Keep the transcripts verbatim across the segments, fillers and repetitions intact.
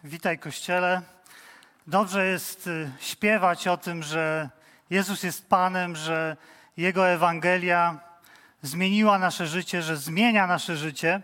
Witaj, Kościele. Dobrze jest śpiewać o tym, że Jezus jest Panem, że Jego Ewangelia zmieniła nasze życie, że zmienia nasze życie.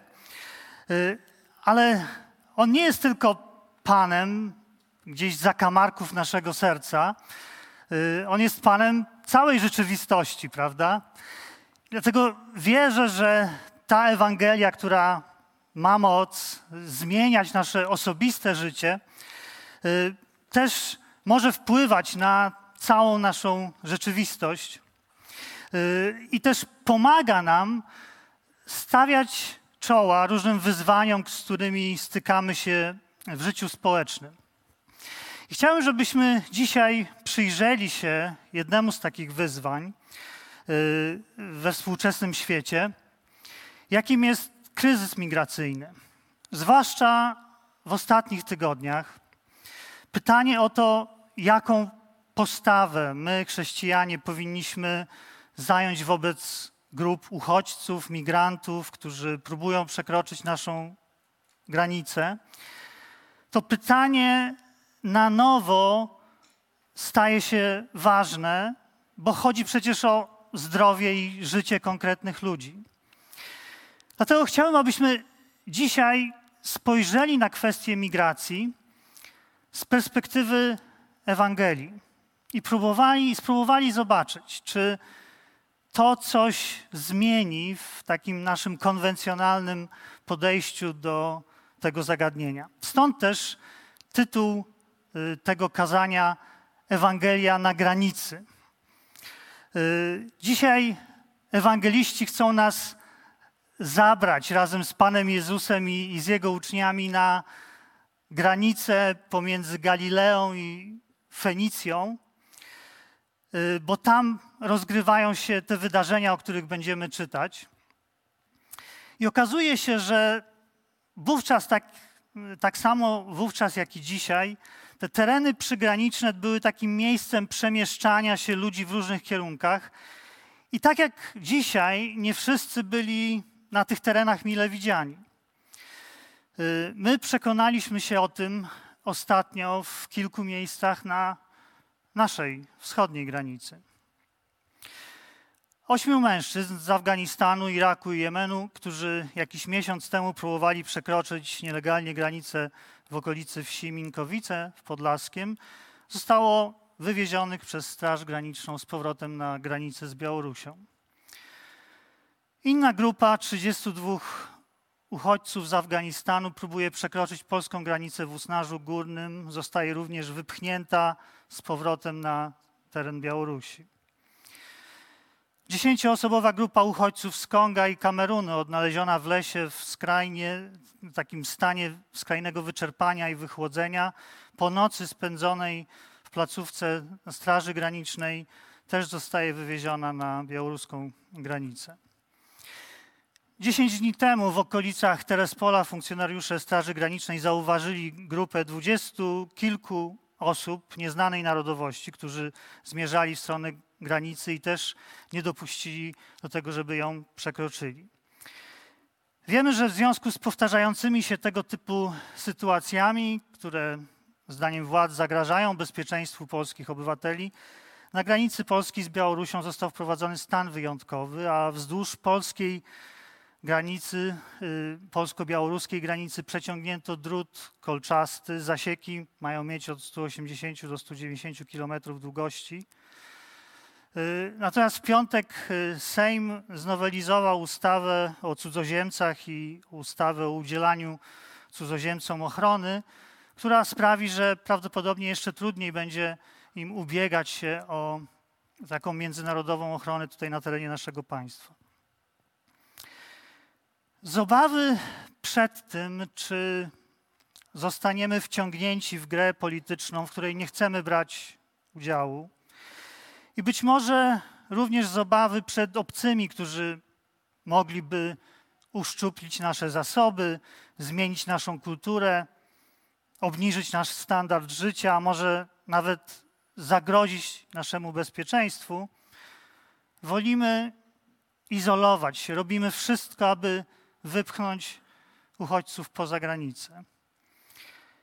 Ale On nie jest tylko Panem gdzieś z zakamarków naszego serca. On jest Panem całej rzeczywistości, prawda? Dlatego wierzę, że ta Ewangelia, która ma moc zmieniać nasze osobiste życie, też może wpływać na całą naszą rzeczywistość i też pomaga nam stawiać czoła różnym wyzwaniom, z którymi stykamy się w życiu społecznym. I chciałem, żebyśmy dzisiaj przyjrzeli się jednemu z takich wyzwań we współczesnym świecie, jakim jest kryzys migracyjny. Zwłaszcza w ostatnich tygodniach pytanie o to, jaką postawę my, chrześcijanie, powinniśmy zająć wobec grup uchodźców, migrantów, którzy próbują przekroczyć naszą granicę. To pytanie na nowo staje się ważne, bo chodzi przecież o zdrowie i życie konkretnych ludzi. Dlatego chciałem, abyśmy dzisiaj spojrzeli na kwestię migracji z perspektywy Ewangelii i próbowali, spróbowali zobaczyć, czy to coś zmieni w takim naszym konwencjonalnym podejściu do tego zagadnienia. Stąd też tytuł tego kazania Ewangelia na granicy. Dzisiaj ewangeliści chcą nas zabrać razem z Panem Jezusem i, i z Jego uczniami na granicę pomiędzy Galileą i Fenicją, bo tam rozgrywają się te wydarzenia, o których będziemy czytać. I okazuje się, że wówczas, tak, tak samo wówczas jak i dzisiaj, te tereny przygraniczne były takim miejscem przemieszczania się ludzi w różnych kierunkach. I tak jak dzisiaj, nie wszyscy byli na tych terenach mile widziani. My przekonaliśmy się o tym ostatnio w kilku miejscach na naszej wschodniej granicy. Ośmiu mężczyzn z Afganistanu, Iraku i Jemenu, którzy jakiś miesiąc temu próbowali przekroczyć nielegalnie granicę w okolicy wsi Minkowice w Podlaskiem, zostało wywiezionych przez Straż Graniczną z powrotem na granicę z Białorusią. Inna grupa, trzydziestu dwóch uchodźców z Afganistanu, próbuje przekroczyć polską granicę w Usnarzu Górnym. Zostaje również wypchnięta z powrotem na teren Białorusi. Dziesięcioosobowa grupa uchodźców z Konga i Kamerunu, odnaleziona w lesie w skrajnie, w takim stanie skrajnego wyczerpania i wychłodzenia, po nocy spędzonej w placówce Straży Granicznej, też zostaje wywieziona na białoruską granicę. Dziesięć dni temu w okolicach Terespola funkcjonariusze Straży Granicznej zauważyli grupę dwudziestu kilku osób nieznanej narodowości, którzy zmierzali w stronę granicy i też nie dopuścili do tego, żeby ją przekroczyli. Wiemy, że w związku z powtarzającymi się tego typu sytuacjami, które zdaniem władz zagrażają bezpieczeństwu polskich obywateli, na granicy Polski z Białorusią został wprowadzony stan wyjątkowy, a wzdłuż polskiej granicy, y, polsko-białoruskiej granicy przeciągnięto drut kolczasty. Zasieki mają mieć od stu osiemdziesięciu do stu dziewięćdziesięciu kilometrów długości. Y, natomiast w piątek y, Sejm znowelizował ustawę o cudzoziemcach i ustawę o udzielaniu cudzoziemcom ochrony, która sprawi, że prawdopodobnie jeszcze trudniej będzie im ubiegać się o taką międzynarodową ochronę tutaj na terenie naszego państwa. Z obawy przed tym, czy zostaniemy wciągnięci w grę polityczną, w której nie chcemy brać udziału, i być może również z obawy przed obcymi, którzy mogliby uszczuplić nasze zasoby, zmienić naszą kulturę, obniżyć nasz standard życia, a może nawet zagrozić naszemu bezpieczeństwu, wolimy izolować się. Robimy wszystko, aby wypchnąć uchodźców poza granicę.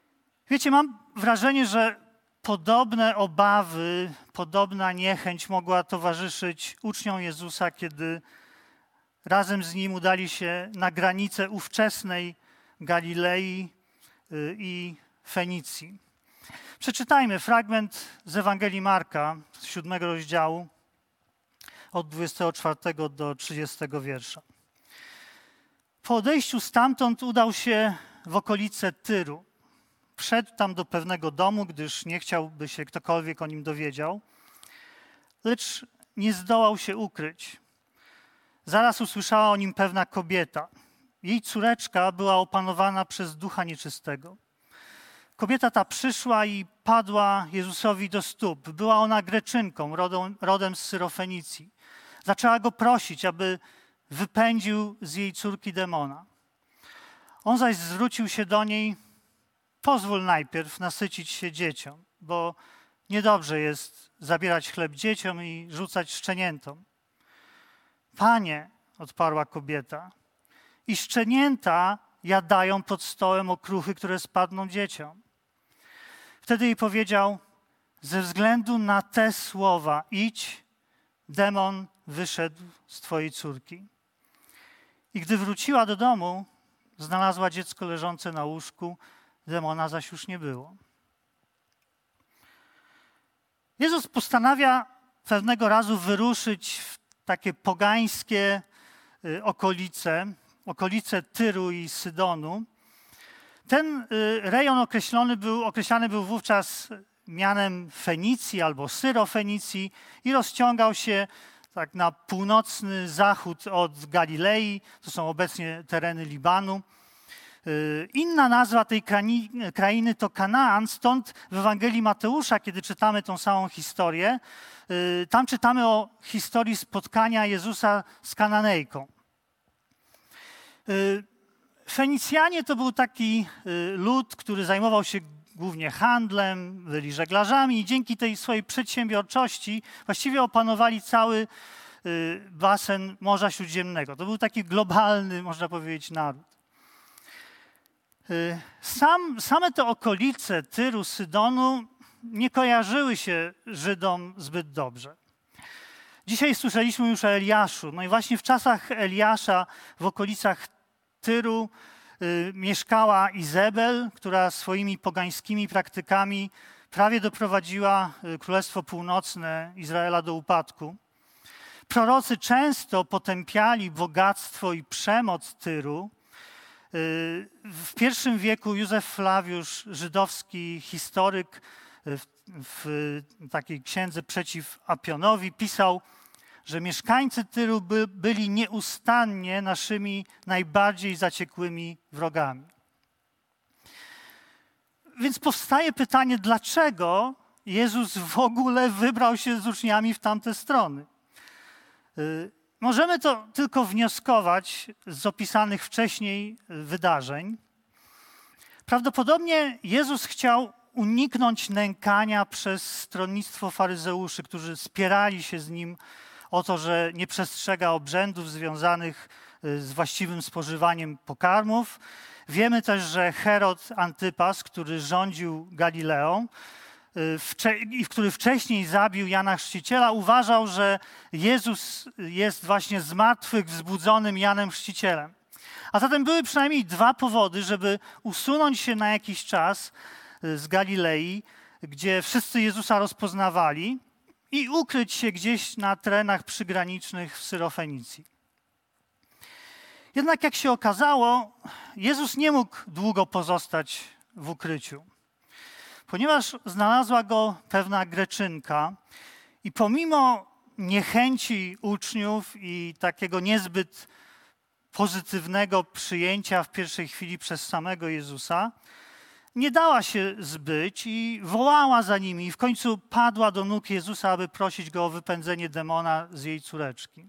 Wiecie, mam wrażenie, że podobne obawy, podobna niechęć mogła towarzyszyć uczniom Jezusa, kiedy razem z Nim udali się na granicę ówczesnej Galilei i Fenicji. Przeczytajmy fragment z Ewangelii Marka, z siódmego rozdziału, od dwudziestego czwartego do trzydziestego wiersza. Po odejściu stamtąd udał się w okolice Tyru. Wszedł tam do pewnego domu, gdyż nie chciał, by się ktokolwiek o nim dowiedział, lecz nie zdołał się ukryć. Zaraz usłyszała o nim pewna kobieta. Jej córeczka była opanowana przez ducha nieczystego. Kobieta ta przyszła i padła Jezusowi do stóp. Była ona Greczynką, rodem, rodem z Syrofenicji. Zaczęła go prosić, aby wypędził z jej córki demona. On zaś zwrócił się do niej: pozwól najpierw nasycić się dzieciom, bo niedobrze jest zabierać chleb dzieciom i rzucać szczeniętom. Panie, odparła kobieta, i szczenięta jadają pod stołem okruchy, które spadną dzieciom. Wtedy jej powiedział: ze względu na te słowa idź, demon wyszedł z twojej córki. I gdy wróciła do domu, znalazła dziecko leżące na łóżku, demona zaś już nie było. Jezus postanawia pewnego razu wyruszyć w takie pogańskie okolice, okolice Tyru i Sydonu. Ten rejon określony był, określany był wówczas mianem Fenicji albo Syrofenicji i rozciągał się tak na północny zachód od Galilei, to są obecnie tereny Libanu. Inna nazwa tej krainy to Kanaan, stąd w Ewangelii Mateusza, kiedy czytamy tą samą historię, tam czytamy o historii spotkania Jezusa z Kananejką. Fenicjanie to był taki lud, który zajmował się głównie handlem, byli żeglarzami i dzięki tej swojej przedsiębiorczości właściwie opanowali cały basen Morza Śródziemnego. To był taki globalny, można powiedzieć, naród. Sam, same te okolice Tyru, Sydonu nie kojarzyły się Żydom zbyt dobrze. Dzisiaj słyszeliśmy już o Eliaszu. No i właśnie w czasach Eliasza w okolicach Tyru y, mieszkała Izebel, która swoimi pogańskimi praktykami prawie doprowadziła Królestwo Północne Izraela do upadku. Prorocy często potępiali bogactwo i przemoc Tyru. W pierwszym wieku Józef Flawiusz, żydowski historyk, w, w takiej księdze Przeciw Apionowi pisał, że mieszkańcy Tyru by, byli nieustannie naszymi najbardziej zaciekłymi wrogami. Więc powstaje pytanie, dlaczego Jezus w ogóle wybrał się z uczniami w tamte strony? Możemy to tylko wnioskować z opisanych wcześniej wydarzeń. Prawdopodobnie Jezus chciał uniknąć nękania przez stronnictwo faryzeuszy, którzy spierali się z Nim o to, że nie przestrzega obrzędów związanych z właściwym spożywaniem pokarmów. Wiemy też, że Herod Antypas, który rządził Galileą, i który wcześniej zabił Jana Chrzciciela, uważał, że Jezus jest właśnie z martwych wzbudzonym Janem Chrzcicielem. A zatem były przynajmniej dwa powody, żeby usunąć się na jakiś czas z Galilei, gdzie wszyscy Jezusa rozpoznawali, i ukryć się gdzieś na terenach przygranicznych w Syrofenicji. Jednak jak się okazało, Jezus nie mógł długo pozostać w ukryciu, ponieważ znalazła go pewna Greczynka i pomimo niechęci uczniów i takiego niezbyt pozytywnego przyjęcia w pierwszej chwili przez samego Jezusa, nie dała się zbyć i wołała za nimi i w końcu padła do nóg Jezusa, aby prosić go o wypędzenie demona z jej córeczki.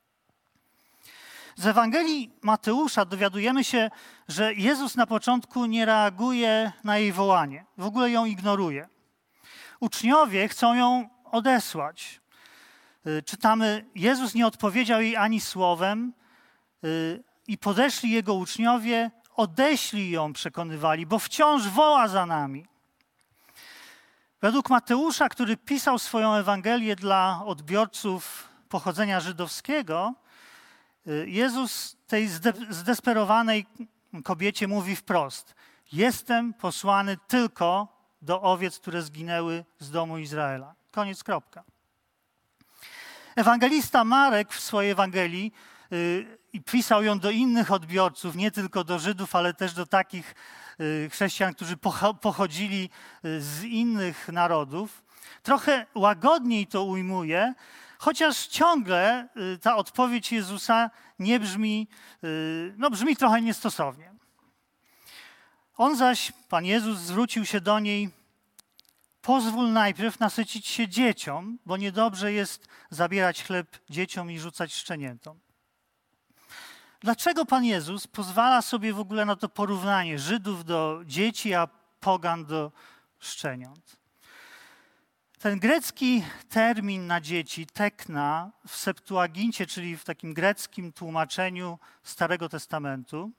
Z Ewangelii Mateusza dowiadujemy się, że Jezus na początku nie reaguje na jej wołanie, w ogóle ją ignoruje. Uczniowie chcą ją odesłać. Czytamy, Jezus nie odpowiedział jej ani słowem i podeszli jego uczniowie, odeślij ją, przekonywali, bo wciąż woła za nami. Według Mateusza, który pisał swoją Ewangelię dla odbiorców pochodzenia żydowskiego, Jezus tej zdesperowanej kobiecie mówi wprost: jestem posłany tylko do owiec, które zginęły z domu Izraela. Koniec, kropka. Ewangelista Marek w swojej Ewangelii i pisał ją do innych odbiorców, nie tylko do Żydów, ale też do takich chrześcijan, którzy pochodzili z innych narodów. Trochę łagodniej to ujmuje, chociaż ciągle ta odpowiedź Jezusa nie brzmi, no brzmi trochę niestosownie. On zaś, Pan Jezus, zwrócił się do niej: pozwól najpierw nasycić się dzieciom, bo niedobrze jest zabierać chleb dzieciom i rzucać szczeniętom. Dlaczego Pan Jezus pozwala sobie w ogóle na to porównanie Żydów do dzieci, a pogan do szczeniąt? Ten grecki termin na dzieci, tekna, w Septuagincie, czyli w takim greckim tłumaczeniu Starego Testamentu,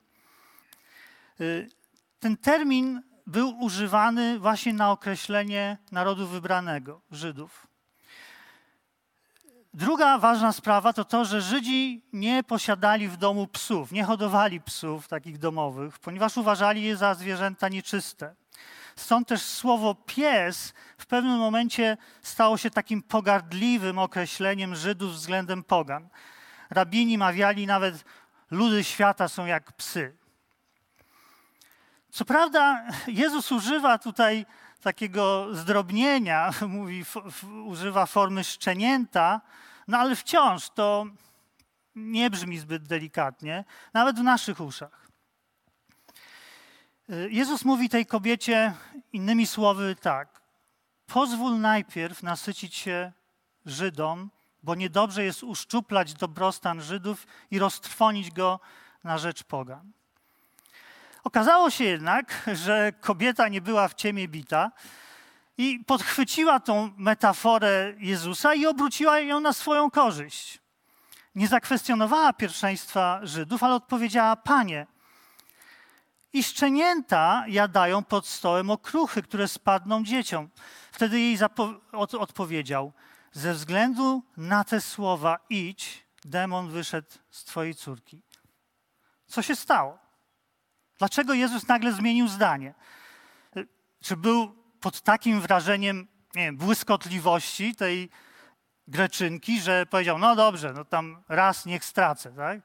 ten termin był używany właśnie na określenie narodu wybranego, Żydów. Druga ważna sprawa to to, że Żydzi nie posiadali w domu psów, nie hodowali psów takich domowych, ponieważ uważali je za zwierzęta nieczyste. Stąd też słowo pies w pewnym momencie stało się takim pogardliwym określeniem Żydów względem pogan. Rabini mawiali nawet: ludy świata są jak psy. Co prawda Jezus używa tutaj takiego zdrobnienia, mówi, f, f, używa formy szczenięta, no ale wciąż to nie brzmi zbyt delikatnie, nawet w naszych uszach. Jezus mówi tej kobiecie innymi słowy tak: pozwól najpierw nasycić się Żydom, bo niedobrze jest uszczuplać dobrostan Żydów i roztrwonić go na rzecz pogan. Okazało się jednak, że kobieta nie była w ciemię bita i podchwyciła tą metaforę Jezusa i obróciła ją na swoją korzyść. Nie zakwestionowała pierwszeństwa Żydów, ale odpowiedziała: Panie, i szczenięta jadają pod stołem okruchy, które spadną dzieciom. Wtedy jej od odpowiedział: ze względu na te słowa idź, demon wyszedł z twojej córki. Co się stało? Dlaczego Jezus nagle zmienił zdanie? Czy był pod takim wrażeniem, nie wiem, błyskotliwości tej Greczynki, że powiedział: no dobrze, no tam raz niech stracę, tak?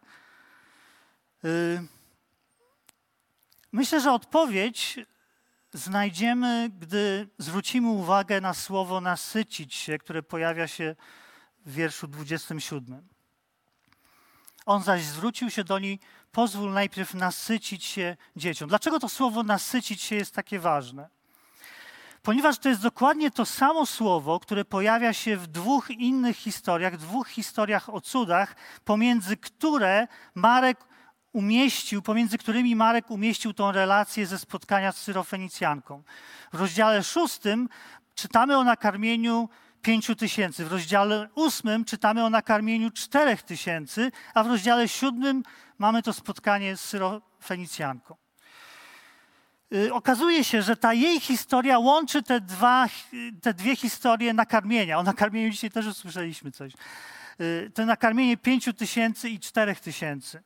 Myślę, że odpowiedź znajdziemy, gdy zwrócimy uwagę na słowo nasycić się, które pojawia się w wierszu dwudziestym siódmym. On zaś zwrócił się do niej: pozwól najpierw nasycić się dzieciom. Dlaczego to słowo nasycić się jest takie ważne? Ponieważ to jest dokładnie to samo słowo, które pojawia się w dwóch innych historiach, dwóch historiach o cudach, pomiędzy które Marek umieścił, pomiędzy którymi Marek umieścił tą relację ze spotkania z Syrofenicjanką. W rozdziale szóstym czytamy o nakarmieniu pięciu tysięcy, w rozdziale ósmym czytamy o nakarmieniu czterech tysięcy, a w rozdziale siódmym mamy to spotkanie z Syrofenicjanką. Okazuje się, że ta jej historia łączy te, dwa, te dwie historie nakarmienia. O nakarmieniu dzisiaj też usłyszeliśmy coś. To nakarmienie pięciu tysięcy i czterech tysięcy.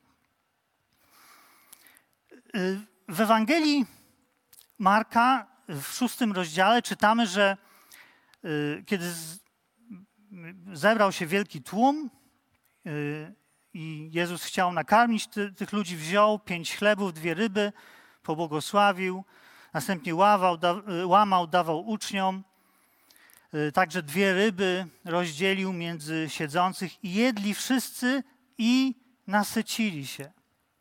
W Ewangelii Marka w szóstym rozdziale czytamy, że kiedy zebrał się wielki tłum i Jezus chciał nakarmić ty, tych ludzi, wziął pięć chlebów, dwie ryby, pobłogosławił, następnie ławał, da, łamał, dawał uczniom. Także dwie ryby rozdzielił między siedzących i jedli wszyscy i nasycili się.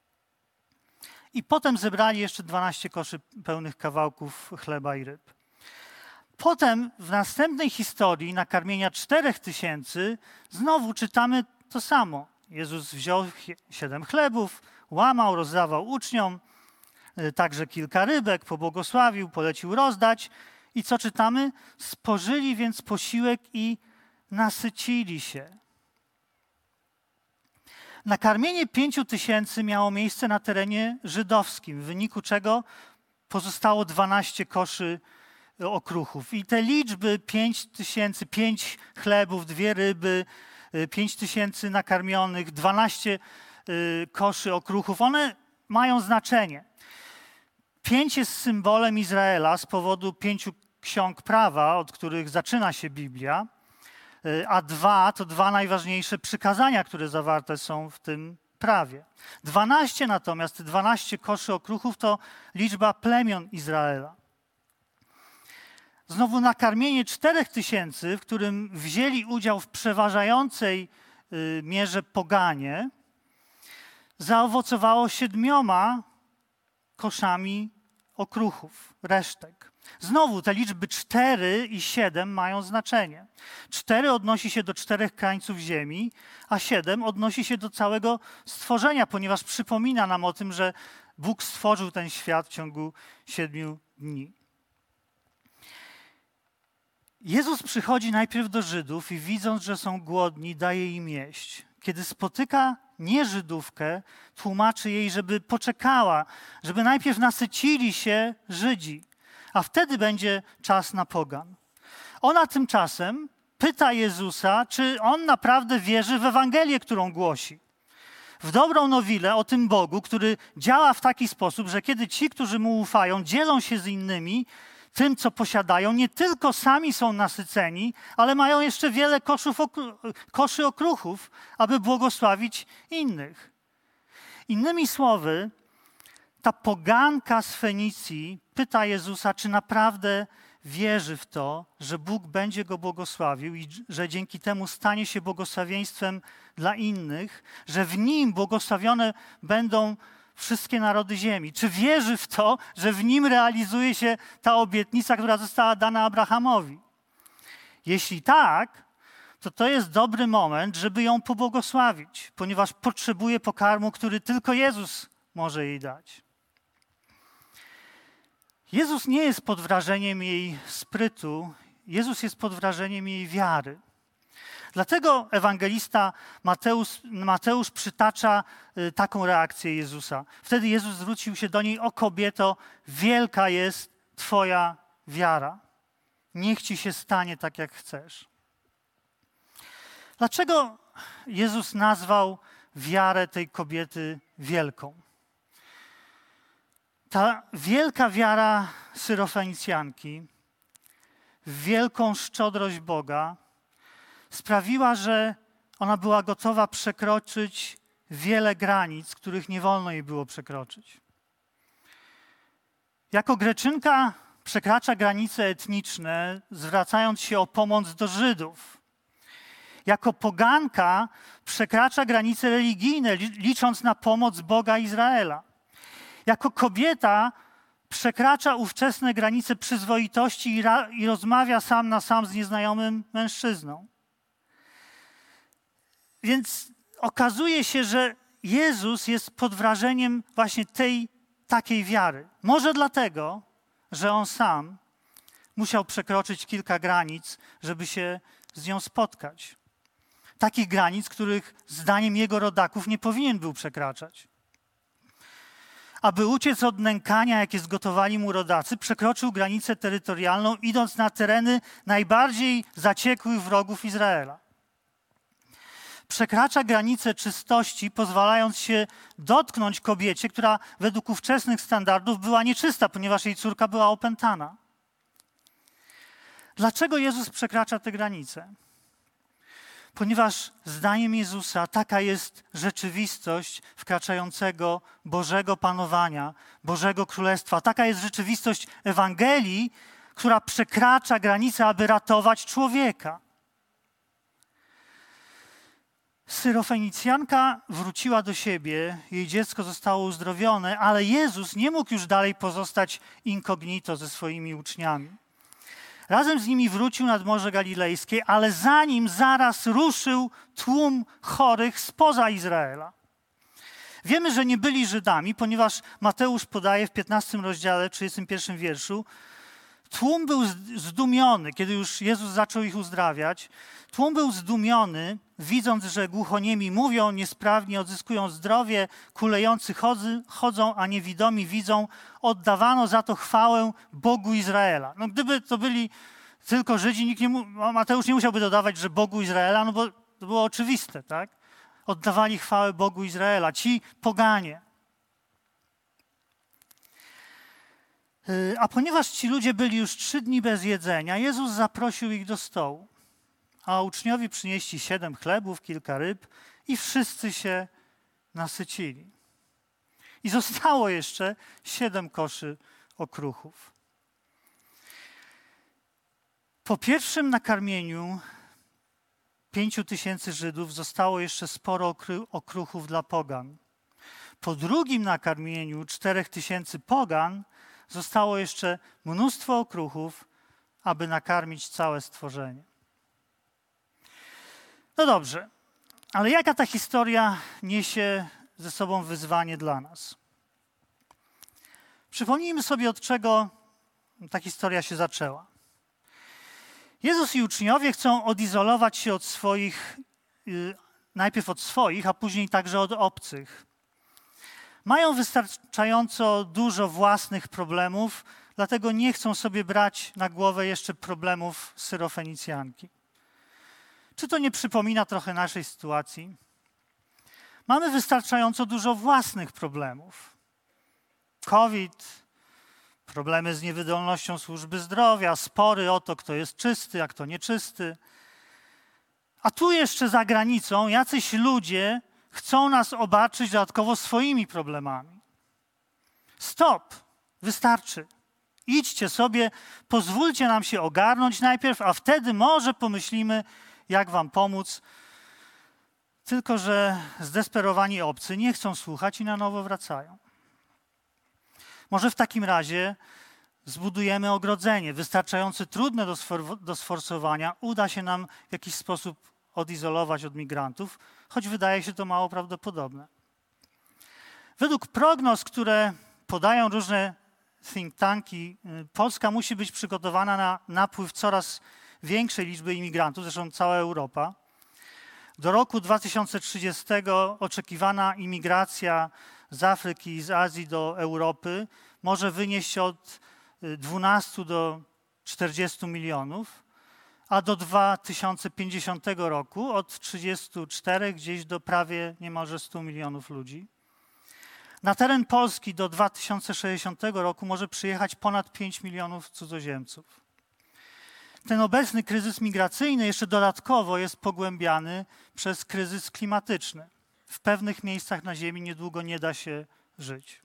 I potem zebrali jeszcze dwanaście koszy pełnych kawałków chleba i ryb. Potem w następnej historii nakarmienia czterech tysięcy znowu czytamy to samo. Jezus wziął siedem chlebów, łamał, rozdawał uczniom, także kilka rybek, pobłogosławił, polecił rozdać. I co czytamy? Spożyli więc posiłek i nasycili się. Nakarmienie pięciu tysięcy miało miejsce na terenie żydowskim, w wyniku czego pozostało dwanaście koszy okruchów. I te liczby pięć tysięcy, pięć chlebów, dwie ryby, pięć tysięcy nakarmionych, dwanaście koszy okruchów, one mają znaczenie. Pięć jest symbolem Izraela z powodu pięciu ksiąg prawa, od których zaczyna się Biblia, a dwa to dwa najważniejsze przykazania, które zawarte są w tym prawie. Dwanaście natomiast, dwanaście koszy okruchów to liczba plemion Izraela. Znowu nakarmienie czterech tysięcy, w którym wzięli udział w przeważającej mierze poganie, zaowocowało siedmioma koszami okruchów, resztek. Znowu te liczby cztery i siedem mają znaczenie. cztery odnosi się do czterech krańców ziemi, a siedem odnosi się do całego stworzenia, ponieważ przypomina nam o tym, że Bóg stworzył ten świat w ciągu siedmiu dni. Jezus przychodzi najpierw do Żydów i widząc, że są głodni, daje im jeść. Kiedy spotyka nieżydówkę, tłumaczy jej, żeby poczekała, żeby najpierw nasycili się Żydzi, a wtedy będzie czas na pogan. Ona tymczasem pyta Jezusa, czy on naprawdę wierzy w Ewangelię, którą głosi. W dobrą nowinę o tym Bogu, który działa w taki sposób, że kiedy ci, którzy mu ufają, dzielą się z innymi tym, co posiadają, nie tylko sami są nasyceni, ale mają jeszcze wiele koszów, koszy okruchów, aby błogosławić innych. Innymi słowy, ta poganka z Fenicji pyta Jezusa, czy naprawdę wierzy w to, że Bóg będzie go błogosławił i że dzięki temu stanie się błogosławieństwem dla innych, że w nim błogosławione będą wszystkie narody ziemi. Czy wierzy w to, że w nim realizuje się ta obietnica, która została dana Abrahamowi? Jeśli tak, to to jest dobry moment, żeby ją pobłogosławić, ponieważ potrzebuje pokarmu, który tylko Jezus może jej dać. Jezus nie jest pod wrażeniem jej sprytu, Jezus jest pod wrażeniem jej wiary. Dlatego ewangelista Mateusz, Mateusz przytacza taką reakcję Jezusa. Wtedy Jezus zwrócił się do niej: o kobieto, wielka jest Twoja wiara. Niech Ci się stanie tak, jak chcesz. Dlaczego Jezus nazwał wiarę tej kobiety wielką? Ta wielka wiara Syrofenicjanki w wielką szczodrość Boga sprawiła, że ona była gotowa przekroczyć wiele granic, których nie wolno jej było przekroczyć. Jako Greczynka przekracza granice etniczne, zwracając się o pomoc do Żydów. Jako poganka przekracza granice religijne, licząc na pomoc Boga Izraela. Jako kobieta przekracza ówczesne granice przyzwoitości i, ra- i rozmawia sam na sam z nieznajomym mężczyzną. Więc okazuje się, że Jezus jest pod wrażeniem właśnie tej takiej wiary. Może dlatego, że On sam musiał przekroczyć kilka granic, żeby się z nią spotkać. Takich granic, których zdaniem Jego rodaków nie powinien był przekraczać. Aby uciec od nękania, jakie zgotowali mu rodacy, przekroczył granicę terytorialną, idąc na tereny najbardziej zaciekłych wrogów Izraela. Przekracza granicę czystości, pozwalając się dotknąć kobiecie, która według ówczesnych standardów była nieczysta, ponieważ jej córka była opętana. Dlaczego Jezus przekracza te granice? Ponieważ zdaniem Jezusa taka jest rzeczywistość wkraczającego Bożego panowania, Bożego Królestwa. Taka jest rzeczywistość Ewangelii, która przekracza granice, aby ratować człowieka. Syrofenicjanka wróciła do siebie, jej dziecko zostało uzdrowione, ale Jezus nie mógł już dalej pozostać incognito ze swoimi uczniami. Razem z nimi wrócił nad Morze Galilejskie, ale za nim zaraz ruszył tłum chorych spoza Izraela. Wiemy, że nie byli Żydami, ponieważ Mateusz podaje w piętnastym rozdziale, trzydziestym pierwszym wierszu, Tłum był zdumiony, kiedy już Jezus zaczął ich uzdrawiać. Tłum był zdumiony, widząc, że głuchoniemi mówią, niesprawni odzyskują zdrowie, kulejący chodzy, chodzą, a niewidomi widzą. Oddawano za to chwałę Bogu Izraela. No, gdyby to byli tylko Żydzi, nikt nie, Mateusz nie musiałby dodawać, że Bogu Izraela, no bo to było oczywiste, tak? Oddawali chwałę Bogu Izraela, ci poganie. A ponieważ ci ludzie byli już trzy dni bez jedzenia, Jezus zaprosił ich do stołu. A uczniowie przynieśli siedem chlebów, kilka ryb i wszyscy się nasycili. I zostało jeszcze siedem koszy okruchów. Po pierwszym nakarmieniu pięciu tysięcy Żydów zostało jeszcze sporo okruchów dla pogan. Po drugim nakarmieniu czterech tysięcy pogan zostało jeszcze mnóstwo okruchów, aby nakarmić całe stworzenie. No dobrze, ale jaka ta historia niesie ze sobą wyzwanie dla nas? Przypomnijmy sobie, od czego ta historia się zaczęła. Jezus i uczniowie chcą odizolować się od swoich, yy, najpierw od swoich, a później także od obcych. Mają wystarczająco dużo własnych problemów, dlatego nie chcą sobie brać na głowę jeszcze problemów Syrofenicjanki. Czy to nie przypomina trochę naszej sytuacji? Mamy wystarczająco dużo własnych problemów. COVID, problemy z niewydolnością służby zdrowia, spory o to, kto jest czysty, a kto nieczysty. A tu jeszcze za granicą jacyś ludzie chcą nas obarczyć dodatkowo swoimi problemami. Stop! Wystarczy. Idźcie sobie, pozwólcie nam się ogarnąć najpierw, a wtedy może pomyślimy, jak wam pomóc. Tylko że zdesperowani obcy nie chcą słuchać i na nowo wracają. Może w takim razie zbudujemy ogrodzenie wystarczająco trudne do, sfor- do sforsowania. Uda się nam w jakiś sposób odizolować od migrantów, choć wydaje się to mało prawdopodobne. Według prognoz, które podają różne think tanki, Polska musi być przygotowana na napływ coraz większej liczby imigrantów, zresztą cała Europa. Do roku dwa tysiące trzydziestego oczekiwana imigracja z Afryki i z Azji do Europy może wynieść od dwunastu do czterdziestu milionów, a do dwa tysiące pięćdziesiątego roku od trzydziestu czterech gdzieś do prawie niemalże stu milionów ludzi. Na teren Polski do dwa tysiące sześćdziesiątego roku może przyjechać ponad pięć milionów cudzoziemców. Ten obecny kryzys migracyjny jeszcze dodatkowo jest pogłębiany przez kryzys klimatyczny. W pewnych miejscach na Ziemi niedługo nie da się żyć.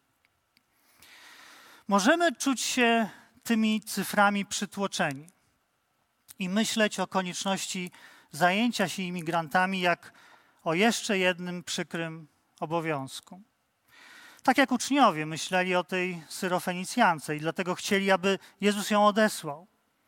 Możemy czuć się tymi cyframi przytłoczeni i myśleć o konieczności zajęcia się imigrantami jak o jeszcze jednym przykrym obowiązku. Tak jak uczniowie myśleli o tej Syrofenicjance i dlatego chcieli, aby Jezus ją odesłał.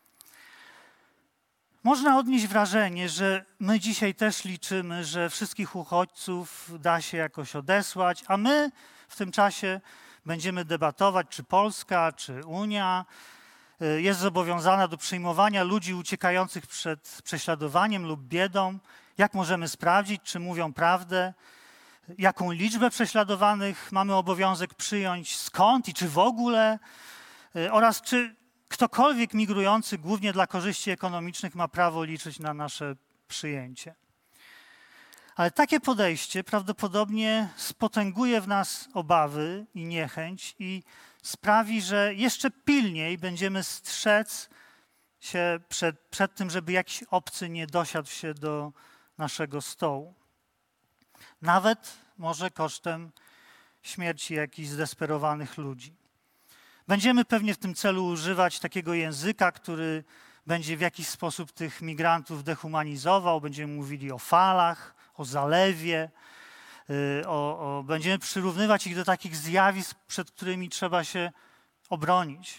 Można odnieść wrażenie, że my dzisiaj też liczymy, że wszystkich uchodźców da się jakoś odesłać, a my w tym czasie będziemy debatować, czy Polska, czy Unia jest zobowiązana do przyjmowania ludzi uciekających przed prześladowaniem lub biedą, jak możemy sprawdzić, czy mówią prawdę, jaką liczbę prześladowanych mamy obowiązek przyjąć, skąd i czy w ogóle, oraz czy ktokolwiek migrujący głównie dla korzyści ekonomicznych ma prawo liczyć na nasze przyjęcie. Ale takie podejście prawdopodobnie spotęguje w nas obawy i niechęć i sprawi, że jeszcze pilniej będziemy strzec się przed, przed tym, żeby jakiś obcy nie dosiadł się do naszego stołu. Nawet może kosztem śmierci jakichś zdesperowanych ludzi. Będziemy pewnie w tym celu używać takiego języka, który będzie w jakiś sposób tych migrantów dehumanizował. Będziemy mówili o falach, o zalewie, o, o, będziemy przyrównywać ich do takich zjawisk, przed którymi trzeba się obronić.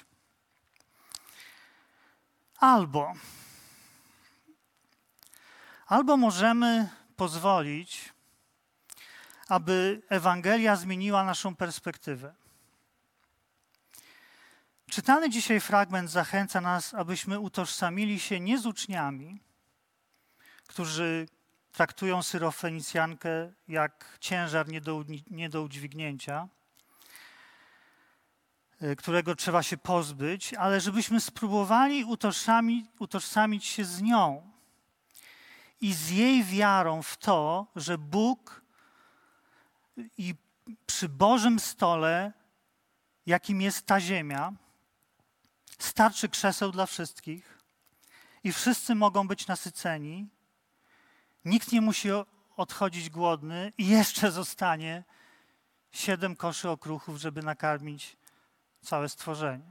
Albo, albo możemy pozwolić, aby Ewangelia zmieniła naszą perspektywę. Czytany dzisiaj fragment zachęca nas, abyśmy utożsamili się nie z uczniami, którzy traktują Syrofenicjankę jak ciężar nie do, nie do udźwignięcia, którego trzeba się pozbyć, ale żebyśmy spróbowali utożsamić, utożsamić się z nią i z jej wiarą w to, że Bóg i przy Bożym stole, jakim jest ta ziemia, starczy krzeseł dla wszystkich i wszyscy mogą być nasyceni. Nikt nie musi odchodzić głodny i jeszcze zostanie siedem koszy okruchów, żeby nakarmić całe stworzenie.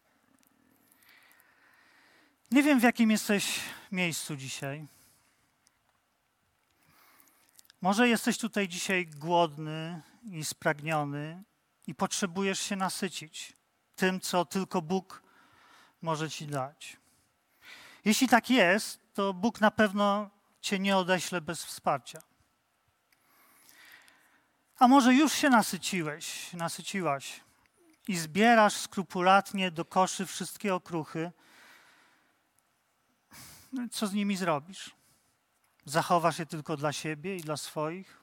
Nie wiem, w jakim jesteś miejscu dzisiaj. Może jesteś tutaj dzisiaj głodny i spragniony i potrzebujesz się nasycić tym, co tylko Bóg może ci dać. Jeśli tak jest, to Bóg na pewno cię nie odeśle bez wsparcia. A może już się nasyciłeś, nasyciłaś i zbierasz skrupulatnie do koszy wszystkie okruchy. Co z nimi zrobisz? Zachowasz je tylko dla siebie i dla swoich?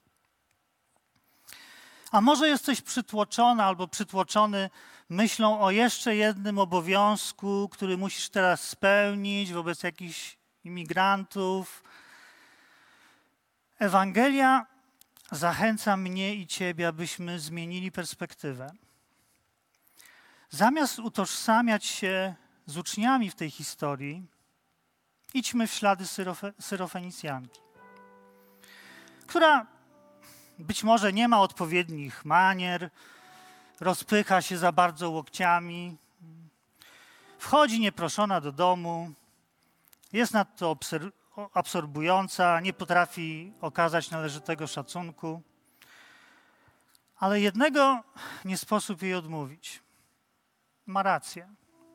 A może jesteś przytłoczona albo przytłoczony myślą o jeszcze jednym obowiązku, który musisz teraz spełnić wobec jakichś imigrantów. Ewangelia zachęca mnie i ciebie, abyśmy zmienili perspektywę. Zamiast utożsamiać się z uczniami w tej historii, idźmy w ślady Syrofe, Syrofenicjanki, która być może nie ma odpowiednich manier, rozpycha się za bardzo łokciami, wchodzi nieproszona do domu, jest nadto absorbująca, nie potrafi okazać należytego szacunku, ale jednego nie sposób jej odmówić. Ma rację.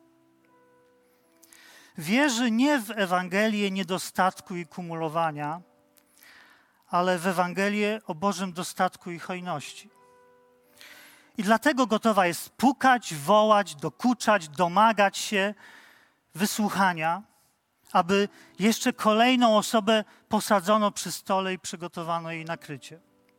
Wierzy nie w Ewangelię niedostatku i kumulowania, ale w Ewangelię o Bożym dostatku i hojności. I dlatego gotowa jest pukać, wołać, dokuczać, domagać się wysłuchania, aby jeszcze kolejną osobę posadzono przy stole i przygotowano jej nakrycie.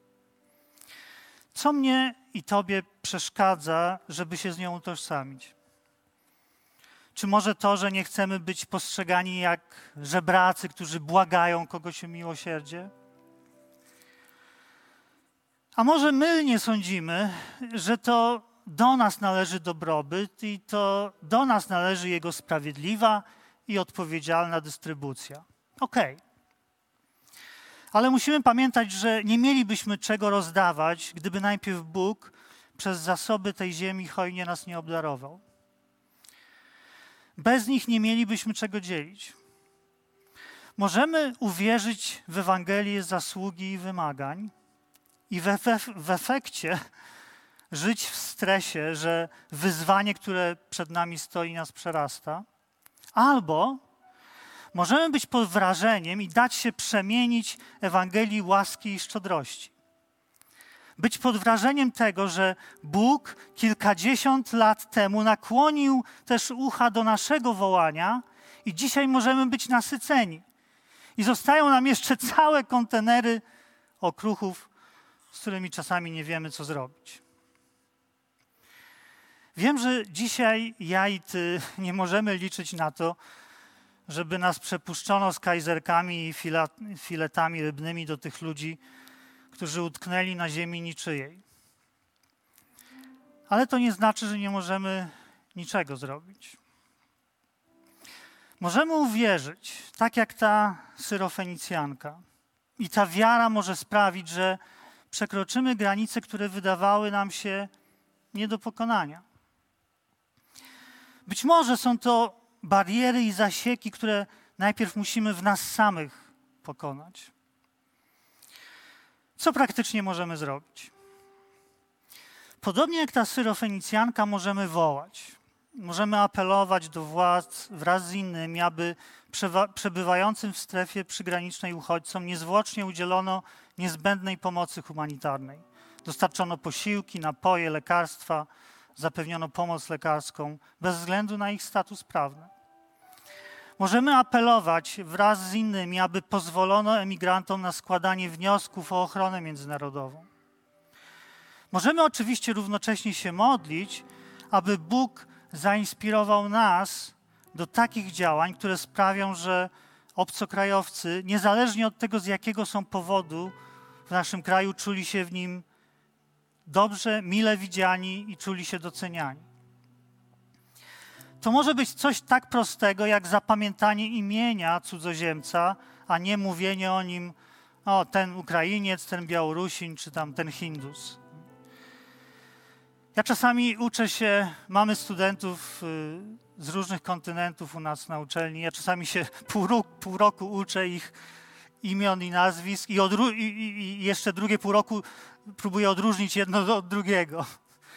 Co mnie i tobie przeszkadza, żeby się z nią utożsamić? Czy może to, że nie chcemy być postrzegani jak żebracy, którzy błagają kogoś o miłosierdzie? A może mylnie sądzimy, że to do nas należy dobrobyt i to do nas należy jego sprawiedliwa i odpowiedzialna dystrybucja. Okej. Ale musimy pamiętać, że nie mielibyśmy czego rozdawać, gdyby najpierw Bóg przez zasoby tej ziemi hojnie nas nie obdarował. Bez nich nie mielibyśmy czego dzielić. Możemy uwierzyć w Ewangelię zasługi i wymagań i w, ef- w efekcie żyć w stresie, że wyzwanie, które przed nami stoi, nas przerasta. Albo możemy być pod wrażeniem i dać się przemienić Ewangelii łaski i szczodrości. Być pod wrażeniem tego, że Bóg kilkadziesiąt lat temu nakłonił też ucha do naszego wołania i dzisiaj możemy być nasyceni. I zostają nam jeszcze całe kontenery okruchów, z którymi czasami nie wiemy, co zrobić. Wiem, że dzisiaj ja i ty nie możemy liczyć na to, żeby nas przepuszczono z kajzerkami i filetami rybnymi do tych ludzi, którzy utknęli na ziemi niczyjej. Ale to nie znaczy, że nie możemy niczego zrobić. Możemy uwierzyć, tak jak ta Syrofenicjanka. I ta wiara może sprawić, że przekroczymy granice, które wydawały nam się nie do pokonania. Być może są to bariery i zasieki, które najpierw musimy w nas samych pokonać. Co praktycznie możemy zrobić? Podobnie jak ta Syrofenicjanka możemy wołać. Możemy apelować do władz wraz z innymi, aby przebywającym w strefie przygranicznej uchodźcom niezwłocznie udzielono niezbędnej pomocy humanitarnej. Dostarczono posiłki, napoje, lekarstwa, zapewniono pomoc lekarską bez względu na ich status prawny. Możemy apelować wraz z innymi, aby pozwolono emigrantom na składanie wniosków o ochronę międzynarodową. Możemy oczywiście równocześnie się modlić, aby Bóg zainspirował nas do takich działań, które sprawią, że obcokrajowcy, niezależnie od tego, z jakiego są powodu w naszym kraju, czuli się w nim dobrze, mile widziani i czuli się doceniani. To może być coś tak prostego, jak zapamiętanie imienia cudzoziemca, a nie mówienie o nim, o ten Ukrainiec, ten Białorusin, czy tam ten Hindus. Ja czasami uczę się, mamy studentów z różnych kontynentów u nas na uczelni, ja czasami się pół roku, pół roku uczę ich imion i nazwisk i, odru- i, i, i jeszcze drugie pół roku próbuję odróżnić jedno od drugiego.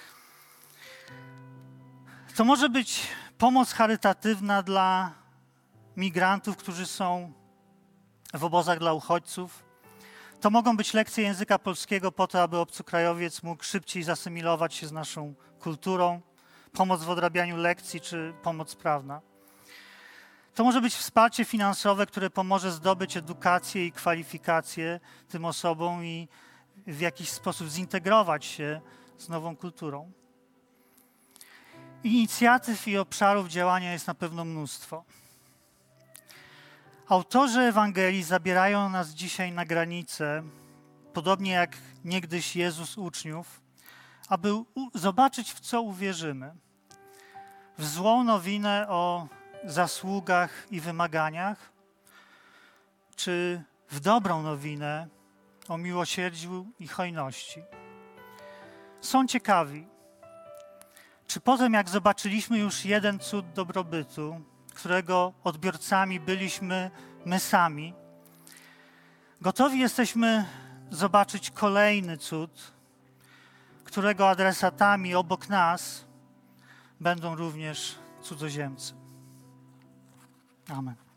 To może być pomoc charytatywna dla migrantów, którzy są w obozach dla uchodźców. To mogą być lekcje języka polskiego po to, aby obcokrajowiec mógł szybciej zasymilować się z naszą kulturą, pomoc w odrabianiu lekcji czy pomoc prawna. To może być wsparcie finansowe, które pomoże zdobyć edukację i kwalifikacje tym osobom i w jakiś sposób zintegrować się z nową kulturą. Inicjatyw i obszarów działania jest na pewno mnóstwo. Autorzy Ewangelii zabierają nas dzisiaj na granicę, podobnie jak niegdyś Jezus uczniów, aby u- zobaczyć, w co uwierzymy. W złą nowinę o zasługach i wymaganiach, czy w dobrą nowinę o miłosierdziu i hojności. Są ciekawi, czy potem, jak zobaczyliśmy już jeden cud dobrobytu, którego odbiorcami byliśmy my sami, gotowi jesteśmy zobaczyć kolejny cud, którego adresatami obok nas będą również cudzoziemcy. Amen.